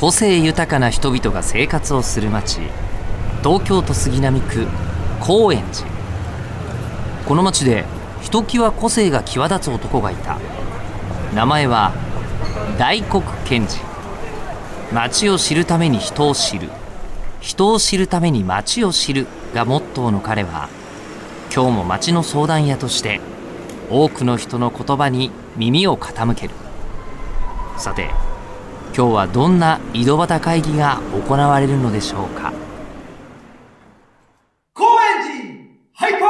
個性豊かな人々が生活をする町、東京都杉並区高円寺。この町でひときわ個性が際立つ男がいた。名前は大黒賢治。町を知るために人を知る、人を知るために町を知るがモットーの彼は、今日も町の相談屋として多くの人の言葉に耳を傾ける。さて、今日はどんな井戸端会議が行われるのでしょうか。 高円寺ハイパー井戸端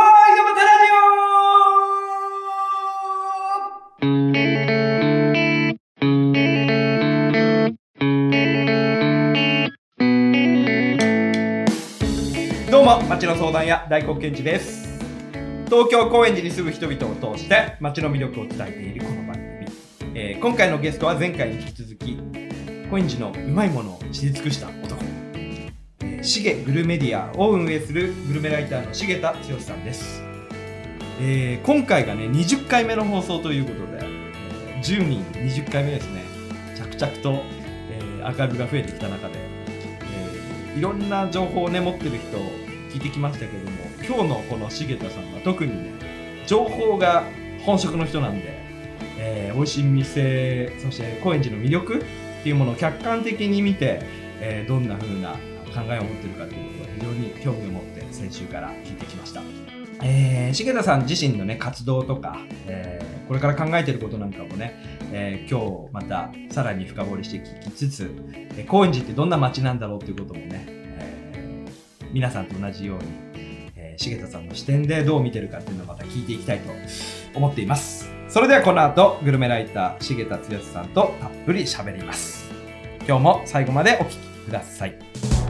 ラジオ。どうも、町の相談屋大黒賢治です。東京高円寺に住む人々を通して町の魅力を伝えているこの番組、今回のゲストは前回に引き続き高円寺のうまいものを知り尽くした男、しげグルメディアを運営するグルメライターの重田剛さんです。今回がね20回目の放送ということで、10人20回目ですね。着々と、アーカイブが増えてきた中で、いろんな情報をね持ってる人を聞いてきましたけれども、今日のこの重田さんは特にね情報が本職の人なんで、美味しい店、そして高円寺の魅力っていうものを客観的に見て、どんな風な考えを持ってるかということを非常に興味を持って先週から聞いてきました。重田さん自身のね活動とか、これから考えていることなんかもね、今日またさらに深掘りして聞きつつ、高円寺ってどんな街なんだろうということもね、皆さんと同じように、重田さんの視点でどう見てるかっていうのをまた聞いていきたいと思っています。それではこの後グルメライター重田剛さんとたっぷり喋ります。今日も最後までお聞きください。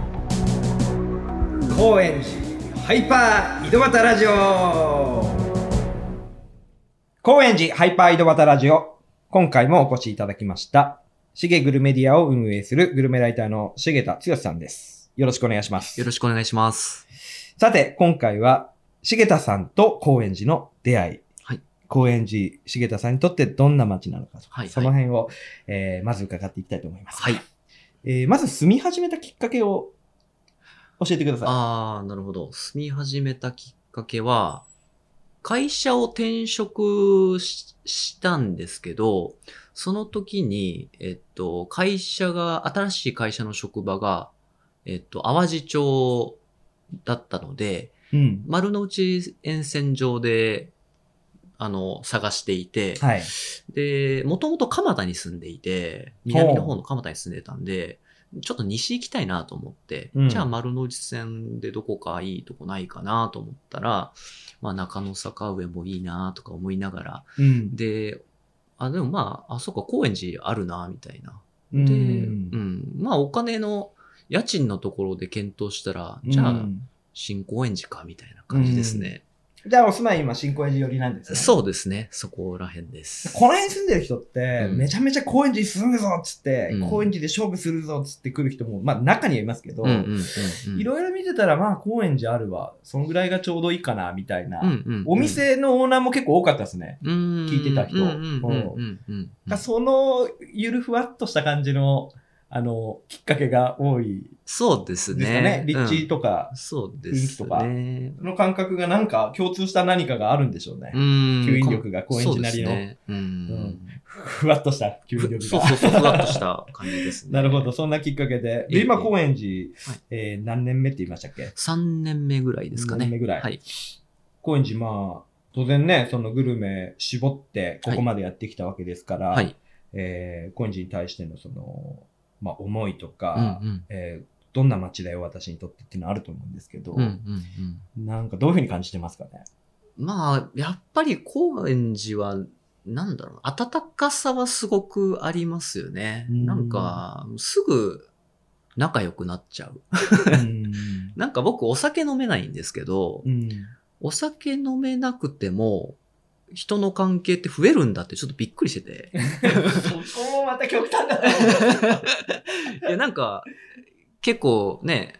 高円寺ハイパー井戸端ラジオ。高円寺ハイパー井戸端ラジオ、今回もお越しいただきましたしげグルメディアを運営するグルメライターの重田剛さんです。よろしくお願いします。 よろしくお願いします。 さて、今回は重田さんと高円寺の出会い、はい、高円寺重田さんにとってどんな街なのか、はい、その辺を、まず伺っていきたいと思います。はい。まず住み始めたきっかけを教えてください。 ああ、なるほど。住み始めたきっかけは、会社を転職したんですけど、その時に、新しい会社の職場が、淡路町だったので、うん、丸の内沿線上で、探していて、はい、で、もともと蒲田に住んでいて、南の方の蒲田に住んでたんで、ちょっと西行きたいなと思って、うん、じゃあ丸の内線でどこかいいとこないかなと思ったら、まあ中野坂上もいいなとか思いながら、うん、で、でもまあ、そうか、高円寺あるな、みたいな。で、うん、まあお金の家賃のところで検討したら、じゃあ、新高円寺か、みたいな感じですね。 じゃあお住まい今新高円寺寄りなんですね。 そうですね。そこら辺です。 この辺住んでる人って、めちゃめちゃ高円寺に住むぞっつって、高円寺で勝負するぞっつって来る人も、まあ中にはいますけど、いろいろ見てたらまあ高円寺あるわ。そのぐらいがちょうどいいかな、みたいな。お店のオーナーも結構多かったですね。聞いてた人。そのゆるふわっとした感じの、きっかけが多い。 そうですね。 立地とか、 そうですとか、の感覚がなんか共通した何かがあるんでしょうね。吸引力が高円寺なりの、ふわっとした吸引力が。 そう、ふわっとした感じですね。 なるほど、そんなきっかけで。で、今高円寺、何年目って言いましたっけ？ 3 年目ぐらいですかね。 3年目ぐらい。 はい。 高円寺、まあ、当然ね、そのグルメ絞ってここまでやってきたわけですから、はい、高円寺に対してのその、まあ、思いとか、どんな街だよ私にとってっていうのはあると思うんですけど、なんかどういうふうに感じてますかね。 まあやっぱり高円寺はなんだろう、温かさはすごくありますよね。なんかすぐ仲良くなっちゃう。なんか僕お酒飲めないんですけど、お酒飲めなくても人の関係って増えるんだってちょっとびっくりしてて。 そこもまた極端だな。 いや、なんか、結構ね、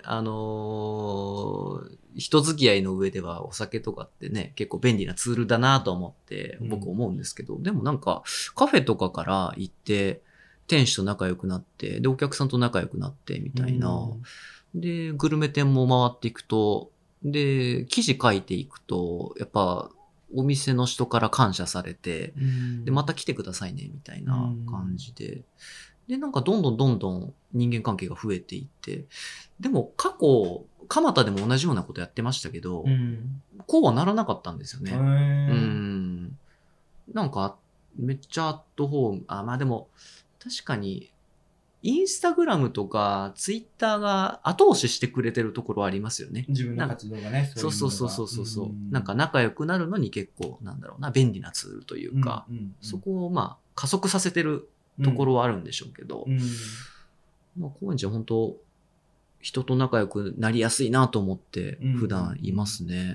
人付き合いの上ではお酒とかってね、結構便利なツールだなと思って僕思うんですけど、でもなんかカフェとかから行って、 店主と仲良くなって、で、お客さんと仲良くなって、みたいな。で、グルメ店も回っていくと、で、記事書いていくと、やっぱ、お店の人から感謝されて、で、また来てくださいね、みたいな感じで。で、なんかどんどん人間関係が増えていって、でも過去、蒲田でも同じようなことやってましたけど、こうはならなかったんですよね。なんか、めっちゃアットホーム。まあでも、確かに、インスタグラムとかツイッターが後押ししてくれてるところはありますよね。 自分の活動がね。 そうそう。なんか仲良くなるのに結構、便利なツールというか、そこをまあ加速させてるところはあるんでしょうけど、まあ高円寺は本当、人と仲良くなりやすいなと思って普段いますね。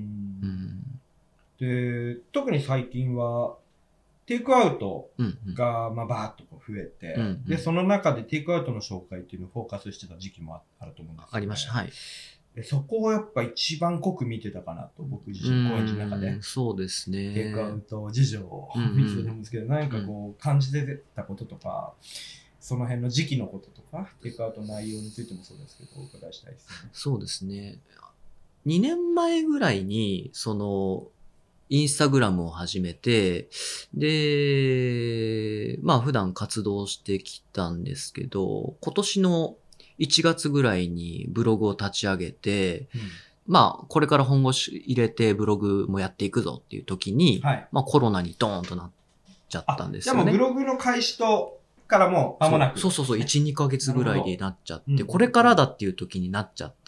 で、特に最近は、テイクアウトが、まあ、バーッとこう増えて、で、その中でテイクアウトの紹介っていうのをフォーカスしてた時期もあると思うんですけど、 ありました。はい。 でそこをやっぱ一番濃く見てたかなと、僕自身、高円寺の中で。 そうですね。 テイクアウト事情を見てたと思うんですけど、何かこう、感じてたこととか、その辺の時期のこととか、テイクアウトの内容についてもそうですけど、お伺いしたいですね。 そうですね。2年前ぐらいに、インスタグラムを始めて、で、まあ普段活動してきたんですけど、今年の1月ぐらいにブログを立ち上げて、まあこれから本腰入れてブログもやっていくぞっていう時に、まあコロナにドーンとなっちゃったんですよね。 じゃあもうブログの開始とからも間もなく。 そう、1、2ヶ月ぐらいになっちゃって、これからだっていう時になっちゃって、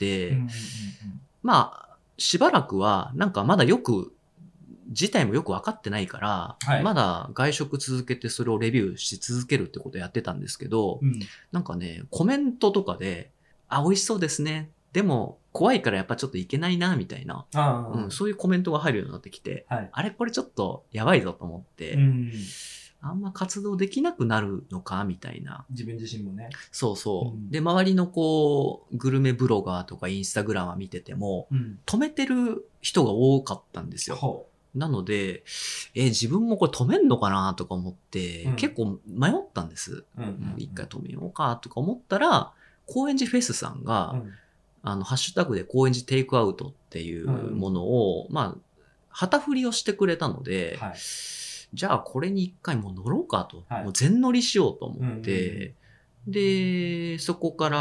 まあしばらくはなんかまだ自体もよく分かってないから、まだ外食続けてそれをレビューし続けるってことをやってたんですけど、なんかね、コメントとかで、美味しそうですね。でも、怖いからやっぱちょっといけないな、みたいな、そういうコメントが入るようになってきて、あれこれちょっとやばいぞと思って、あんま活動できなくなるのかみたいな。 自分自身もね。 そうそう。で、周りのグルメブロガーとかインスタグラマー見てても、止めてる人が多かったんですよ。なので、自分もこれ止めんのかなとか思って、結構迷ったんです。一回止めようかとか思ったら、高円寺フェスさんが、ハッシュタグで高円寺テイクアウトっていうものを、まあ、旗振りをしてくれたので、じゃあこれに一回もう乗ろうかと、もう全乗りしようと思って、で、そこから、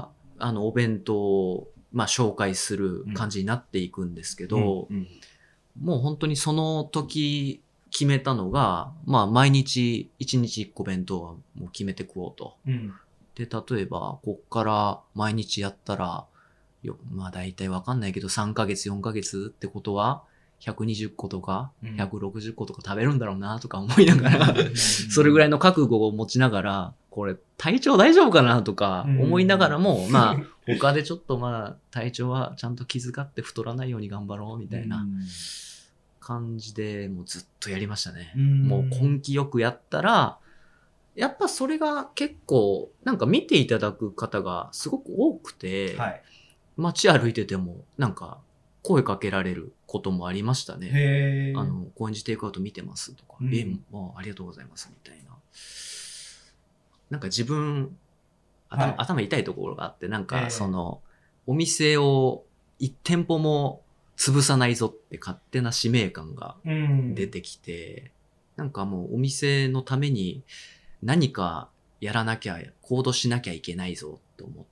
お弁当を、まあ、紹介する感じになっていくんですけど、もう本当にその時決めたのが、まあ毎日1日1個弁当はもう決めて食おうと。で、例えばこっから毎日やったら、まあ大体わかんないけど3ヶ月4ヶ月ってことは120個とか160個とか食べるんだろうなとか思いながら、それぐらいの覚悟を持ちながら、これ体調大丈夫かなとか思いながらも、まあ他でちょっとまあ体調はちゃんと気遣って太らないように頑張ろうみたいな感じでもうずっとやりましたね。もう根気よくやったら、やっぱそれが結構なんか見ていただく方がすごく多くて、街歩いててもなんか声かけられることもありましたね。高円寺テイクアウト見てますとか、もうありがとうございますみたいな。なんか自分、頭痛いところがあって、なんかお店を一店舗も潰さないぞって勝手な使命感が出てきて、なんかもうお店のために何かやらなきゃ、行動しなきゃいけないぞと思って、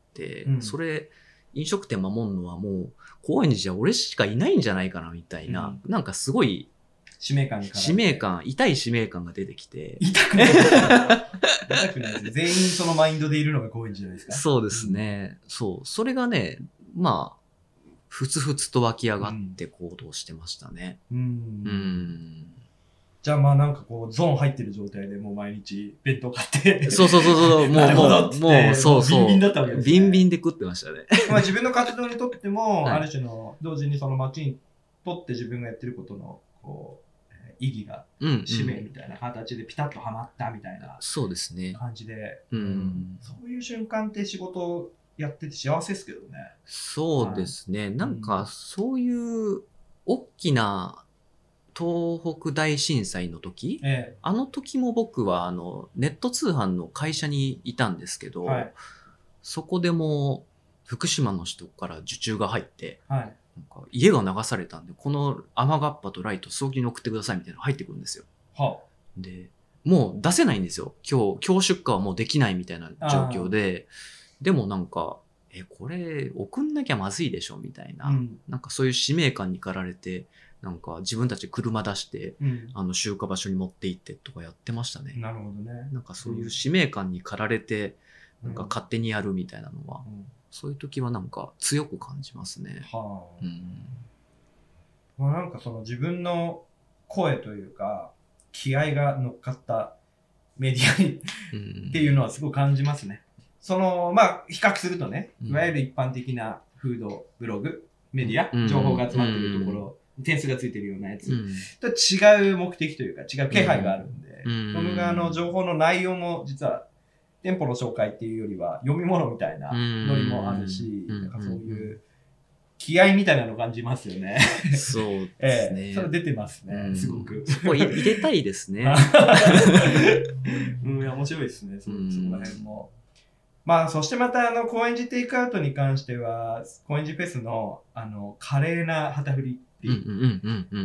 それ、飲食店守るのはもう、高円寺じゃ俺しかいないんじゃないかなみたいな、なんかすごい、痛い使命感が出てきて。 痛くないですね。全員そのマインドでいるのが高円寺じゃないですか。 そうですね。それがね、まあ、ふつふつと湧き上がって行動してましたね。 じゃあまあなんかこうゾーン入ってる状態でもう毎日弁当買って。 もうそう。 ビンビンだったわけですね。 ビンビンで食ってましたね。 まあ自分の活動にとっても、ある種の同時にその街にとって自分がやってることのこう、意義が、使命みたいな形でピタッとはまったみたいなそうですね。 感じで、そういう瞬間って仕事やってて幸せですけどね。 そうですね。なんかそういう大きな東北大震災の時、 えあの時も僕はネット通販の会社にいたんですけど、 はい。 そこでも福島の人から受注が入って、 はい。 なんか家が流されたんで、この雨がっぱとライト早期に送ってくださいみたいなの入ってくるんですよ。 はで、もう出せないんですよ。今日出荷はもうできないみたいな状況で、でもなんか、これ送んなきゃまずいでしょみたいな、なんかそういう使命感に駆られて、なんか自分たち車出して、集荷場所に持って行ってとかやってましたね。 なるほどね。 なんかそういう使命感に駆られて、なんか勝手にやるみたいなのは、そういう時はなんか強く感じますね。 はあ。まあ、なんかその自分の声というか、気合が乗っかったメディアにっていうのはすごい感じますね。まあ、比較するとね、いわゆる一般的なフードブログ、メディア、情報が集まってるところ、点数がついてるようなやつと違う目的というか、違う気配があるんで、僕が情報の内容も実は店舗の紹介っていうよりは読み物みたいなノリもあるし、なんかそういう気合みたいなの感じますよね。 そうですね。 それ出てますね、すごく。 そこ入れたいですね。 いや、面白いですね、そこら辺も。まあ、そしてまた、高円寺テイクアウトに関しては、高円寺フェスの、華麗な旗振りっていう。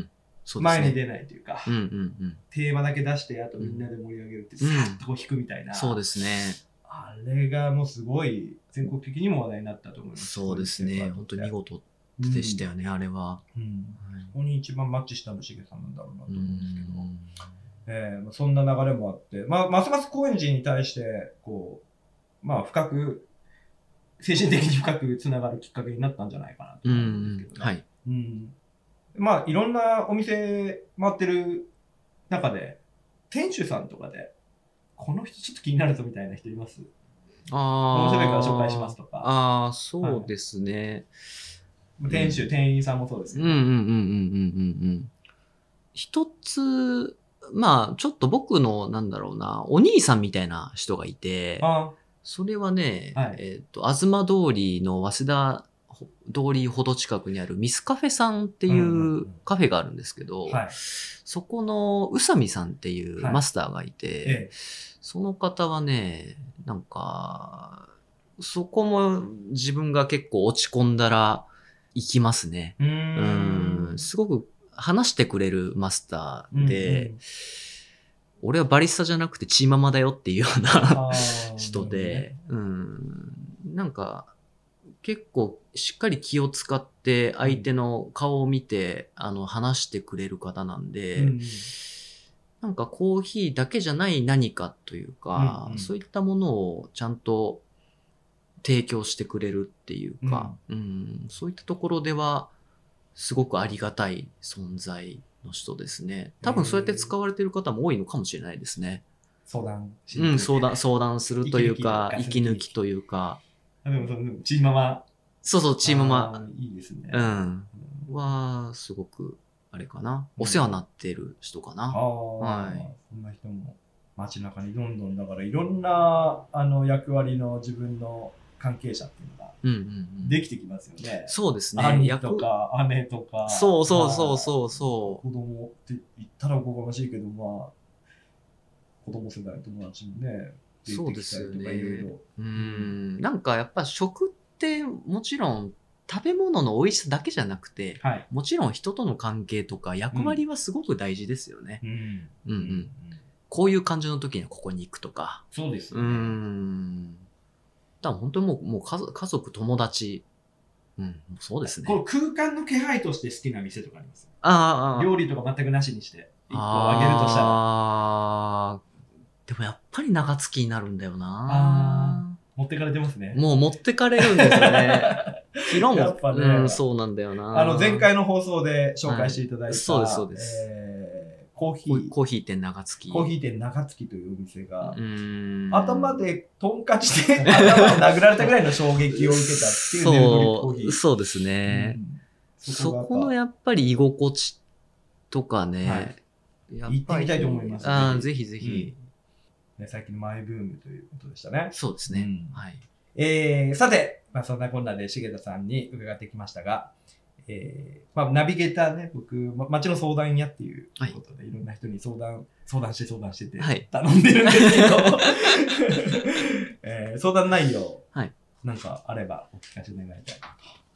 前に出ないというか、テーマだけ出して、あとみんなで盛り上げるって、さっとこう弾くみたいな。 そうですね。 あれがもうすごい、全国的にも話題になったと思います。 そうですね。本当に見事でしたよね、あれは。 ここに一番マッチしたのしげさんなんだろうなと思うんですけど、そんな流れもあって、まあ、ますます高円寺に対して、こう、まあ、精神的に深くつながるきっかけになったんじゃないかなと思うんですけどね。はい。まあ、いろんなお店回ってる中で、店主さんとかで、この人ちょっと気になるぞみたいな人います？面白いから紹介しますとか。 ああ、そうですね。 店員さんもそうですけど。 一つ、まあ、ちょっと僕の、なんだろうな、お兄さんみたいな人がいて、それはね、東通りの早稲田通りほど近くにあるミスカフェさんっていうカフェがあるんですけど、そこの宇佐美さんっていうマスターがいて、その方はね、なんか、そこも自分が結構落ち込んだら行きますね。すごく話してくれるマスターで、俺はバリスタじゃなくてチーママだよっていうような人で、なんか結構しっかり気を使って相手の顔を見て話してくれる方なんで、なんかコーヒーだけじゃない何かというか、そういったものをちゃんと提供してくれるっていうか、そういったところではすごくありがたい存在の人ですね。多分そうやって使われている方も多いのかもしれないですね。 相談するというか、息抜きというか。 でもチーママ。 そう、チーママ。 いいですね。 は、すごく、あれかな。お世話になってる人かな。 そんな人も街中にどんどん、だからいろんな、役割の自分の関係者っていうのが、できてきますよね。 そうですね。 兄とか姉とか。 そう。 子供って言ったらおこがましいけど、まあ、子供世代の友達もね、 そうですよね。なんかやっぱ食ってもちろん食べ物の美味しさだけじゃなくて、もちろん人との関係とか役割はすごく大事ですよね。こういう感じの時にはここに行くとか。 そうですよね。 だから本当にもう家族、友達。そうですね。 この空間の気配として好きな店とかあります？料理とか全くなしにして、一個あげるとしたら。 でもやっぱり長月になるんだよな。 持ってかれてますね。 もう持ってかれるんですよね。色も、 やっぱね、 そうなんだよな。 前回の放送で紹介していただいた、 そうです。コーヒー店長月。 コーヒー店長月というお店が、頭でトンカチで頭で殴られたぐらいの衝撃を受けたっていうネルドリップコーヒー。 そうですね。そこのやっぱり居心地とかね、 行ってみたいと思います。 ぜひぜひ。 最近のマイブームということでしたね。 そうですね。はい。 さて、そんなこんなで重田さんに伺ってきましたが、 ナビゲーターね、僕、町の相談屋っていうことで、いろんな人に相談してて、頼んでるんですけど、相談内容、なんかあればお聞かせ願いたい。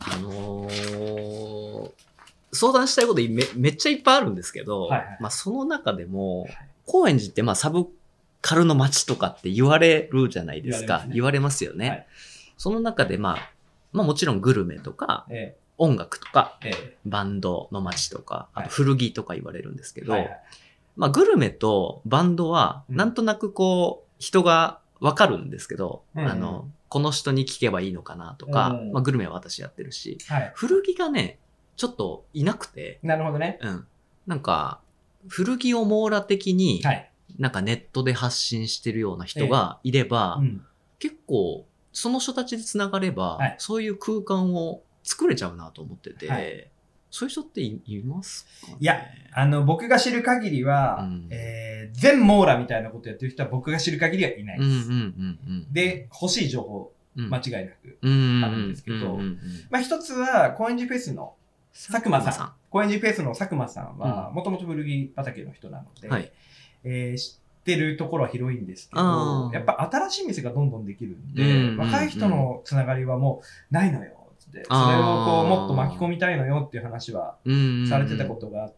相談したいことめっちゃいっぱいあるんですけど、その中でも、高円寺ってサブカルの街とかって言われるじゃないですか。言われますよね。その中でもちろんグルメとか、音楽とか、バンドの街とか、あと古着とか言われるんですけど、グルメとバンドはなんとなく人がわかるんですけど、この人に聞けばいいのかなとか、グルメは私やってるし、古着がね、ちょっといなくて。 なるほどね。 なんか、古着を網羅的に、なんかネットで発信してるような人がいれば、結構、その人たちで繋がれば、そういう空間を作れちゃうなと思ってて、そういう人っていますかね？ いや、僕が知る限りは、全網羅みたいなことやってる人は僕が知る限りはいないです。で、欲しい情報、間違いなくあるんですけど、一つは、高円寺フェスの佐久間さん。高円寺フェスの佐久間さんは、もともと古着畑の人なので、知ってるところは広いんですけど、やっぱ新しい店がどんどんできるんで、若い人のつながりはもうないのよ。それをもっと巻き込みたいのよっていう話はされてたことがあって、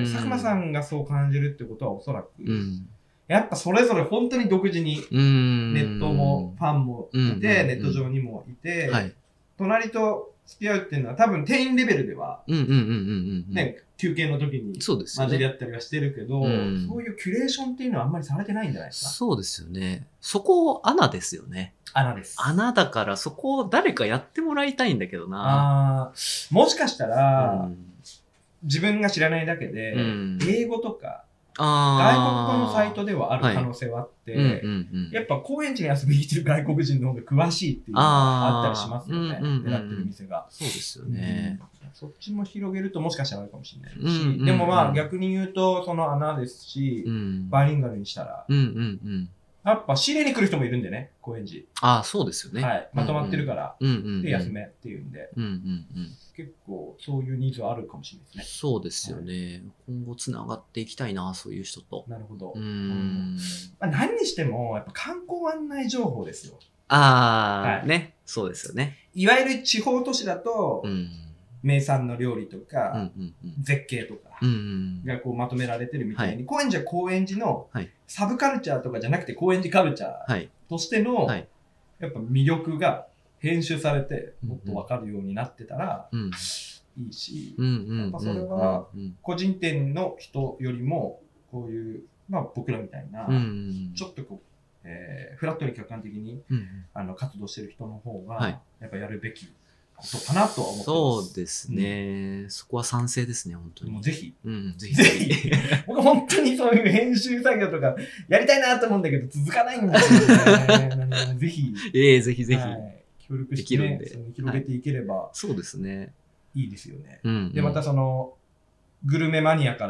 佐久間さんがそう感じるってことはおそらく、やっぱそれぞれ本当に独自にネットもファンもいて、ネット上にもいて、隣と付き合うっていうのは多分店員レベルでは、休憩の時に混じり合ったりはしてるけど、そういうキュレーションっていうのはあんまりされてないんじゃないですか。 そうですよね。そこ穴ですよね。 穴です。 穴だからそこを誰かやってもらいたいんだけどな。 もしかしたら、自分が知らないだけで、英語とか、外国語のサイトではある可能性はあって、やっぱ高円寺に遊びに来てる外国人の方が詳しいっていうのがあったりしますよね。狙ってる店が。 そうですよね。 そっちも広げるともしかしたらあるかもしれないし、でも逆に言うとその穴ですし、バイリンガルにしたら、やっぱ仕入れに来る人もいるんでね、高円寺。 そうですよね。 まとまってるから、で、休めっていうんで。結構そういうニーズはあるかもしれないですね。 そうですよね。今後つながっていきたいな、そういう人と。 なるほど。何にしても、やっぱ観光案内情報ですよ。 ね。そうですよね。 いわゆる地方都市だと、名産の料理とか、絶景とかがこうまとめられてるみたいに、高円寺は高円寺のサブカルチャーとかじゃなくて高円寺カルチャーとしての、やっぱ魅力が編集されてもっとわかるようになってたらいいし、やっぱそれは個人店の人よりもこういう、僕らみたいな、ちょっとこう、フラットに客観的に活動してる人の方が、やっぱやるべきことかなとは思ってます。 そうですね。そこは賛成ですね、本当に。 もうぜひ。 ぜひ。 僕本当にそういう編集作業とかやりたいなと思うんだけど続かないんですよね。ぜひ。 ぜひぜひ。 協力してね、広げていければ。 そうですね。 いいですよね。で、またその、グルメマニアから、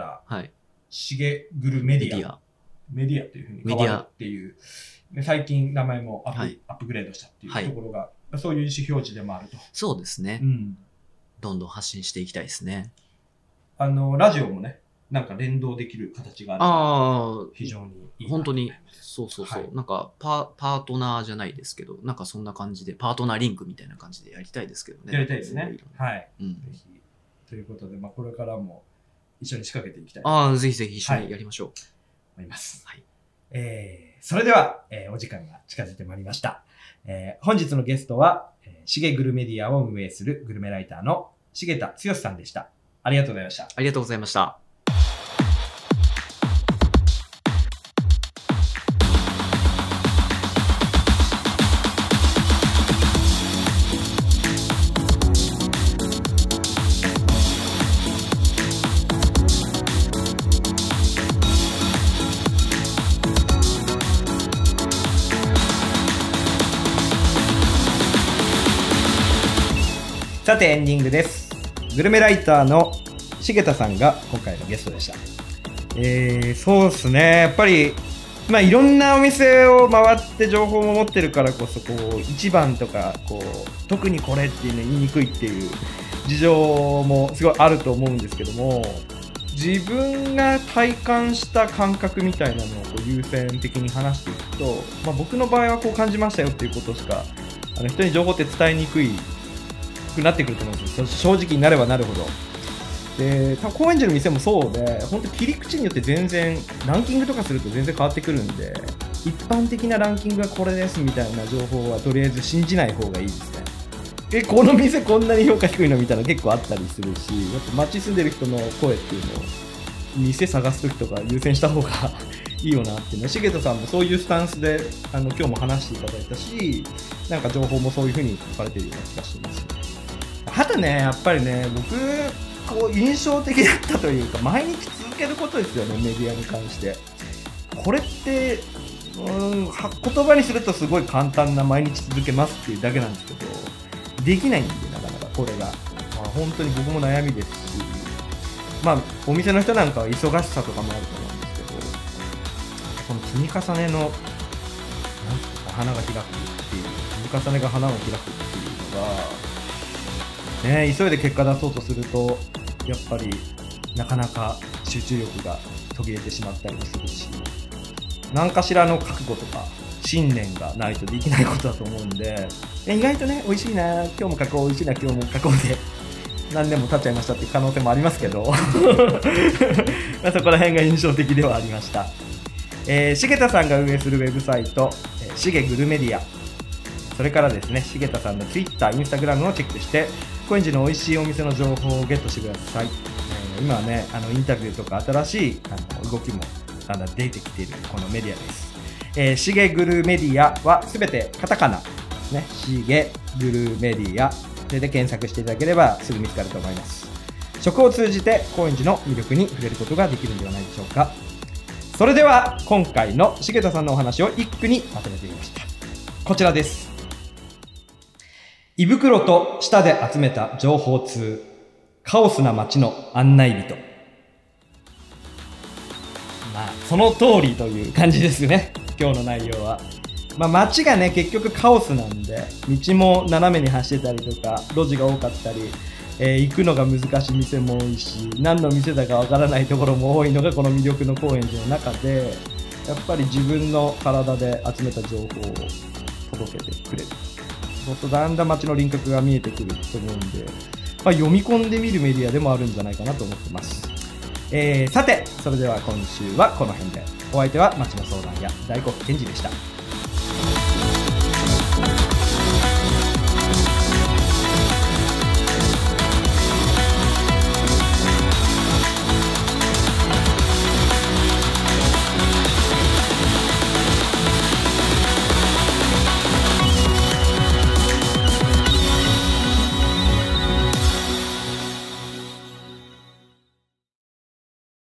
しげグルメディアというふうに変わるっていう、最近名前もアップグレードしたっていうところが、そういう意思表示でもあると。 そうですね。どんどん発信していきたいですね。 ラジオもね、なんか連動できる形がある。非常にいい。 本当に、そう。なんかパートナーじゃないですけど、なんかそんな感じで、パートナーリンクみたいな感じでやりたいですけどね。 やりたいですね。はい。ぜひ。ということで、これからも一緒に仕掛けていきたい。 ぜひぜひ一緒にやりましょう。 思います。はい。それでは、お時間が近づいてまいりました。本日のゲストは、しげグルメディアを運営するグルメライターの重田剛さんでした。ありがとうございました。 ありがとうございました。 さてエンディングです。グルメライターの重田さんが今回のゲストでした。そうですね。やっぱりまあいろんなお店を回って情報も持ってるからこそ、こう一番とかこう特にこれっていうの言いにくいっていう事情もすごいあると思うんですけども、自分が体感した感覚みたいなのをこう優先的に話していくと、まあ、僕の場合はこう感じましたよっていうことしか人に情報って伝えにくくなってくると思うんですよ、正直になればなるほど。で、多分高円寺の店もそうで、本当切り口によって全然ランキングとかすると全然変わってくるんで、一般的なランキングがこれですみたいな情報はとりあえず信じない方がいいですね。この店こんなに評価低いのみたいな結構あったりするし、やっぱ街住んでる人の声っていうのを店探すときとか優先した方がいいよなっていうのは、重田さんもそういうスタンスで今日も話していただいたし、なんか情報もそういう風に書かれているような気がしています。あとね、やっぱりね、僕こう印象的だったというか、毎日続けることですよね、メディアに関して。これって言葉にするとすごい簡単な毎日続けますっていうだけなんですけど、できないんで、なかなかこれが、本当に僕も悩みですし、お店の人なんかは忙しさとかもあると思うんですけど、この積み重ねの花が開くっていう、積み重ねが花を開くっていうのが、ね、急いで結果出そうとするとやっぱりなかなか集中力が途切れてしまったりもするし、何かしらの覚悟とか信念がないとできないことだと思うんで、意外とね、美味しいな、今日も書こう、美味しいな、今日も書こうで何年も経っちゃいましたっていう可能性もありますけどそこら辺が印象的ではありました。重田さんが運営するウェブサイト、しげグルメディア、それからですね、重田さんの Twitter、Instagram をチェックして高円寺の美味しいお店の情報をゲットしてください。今はね、インタビューとか新しい動きも出てきているこのメディアです。しげグルメディアはすべてカタカナですね。しげグルメディアで検索していただければすぐ見つかると思います。食を通じて高円寺の魅力に触れることができるんではないでしょうか。それでは今回の重田さんのお話を一句にまとめてみました。こちらです。胃袋と舌で集めた情報通、カオスな街の案内人。その通りという感じですね、今日の内容は。街がね、結局カオスなんで、道も斜めに走ってたりとか、路地が多かったり、行くのが難しい店も多いし、何の店だかわからないところも多いのがこの魅力の高円寺の中で、やっぱり自分の体で集めた情報を届けてくれる。そうするとだんだん街の輪郭が見えてくると思うんで、読み込んでみるメディアでもあるんじゃないかなと思ってます。さて、それでは今週はこの辺で。お相手は街の相談屋大黒賢治でした。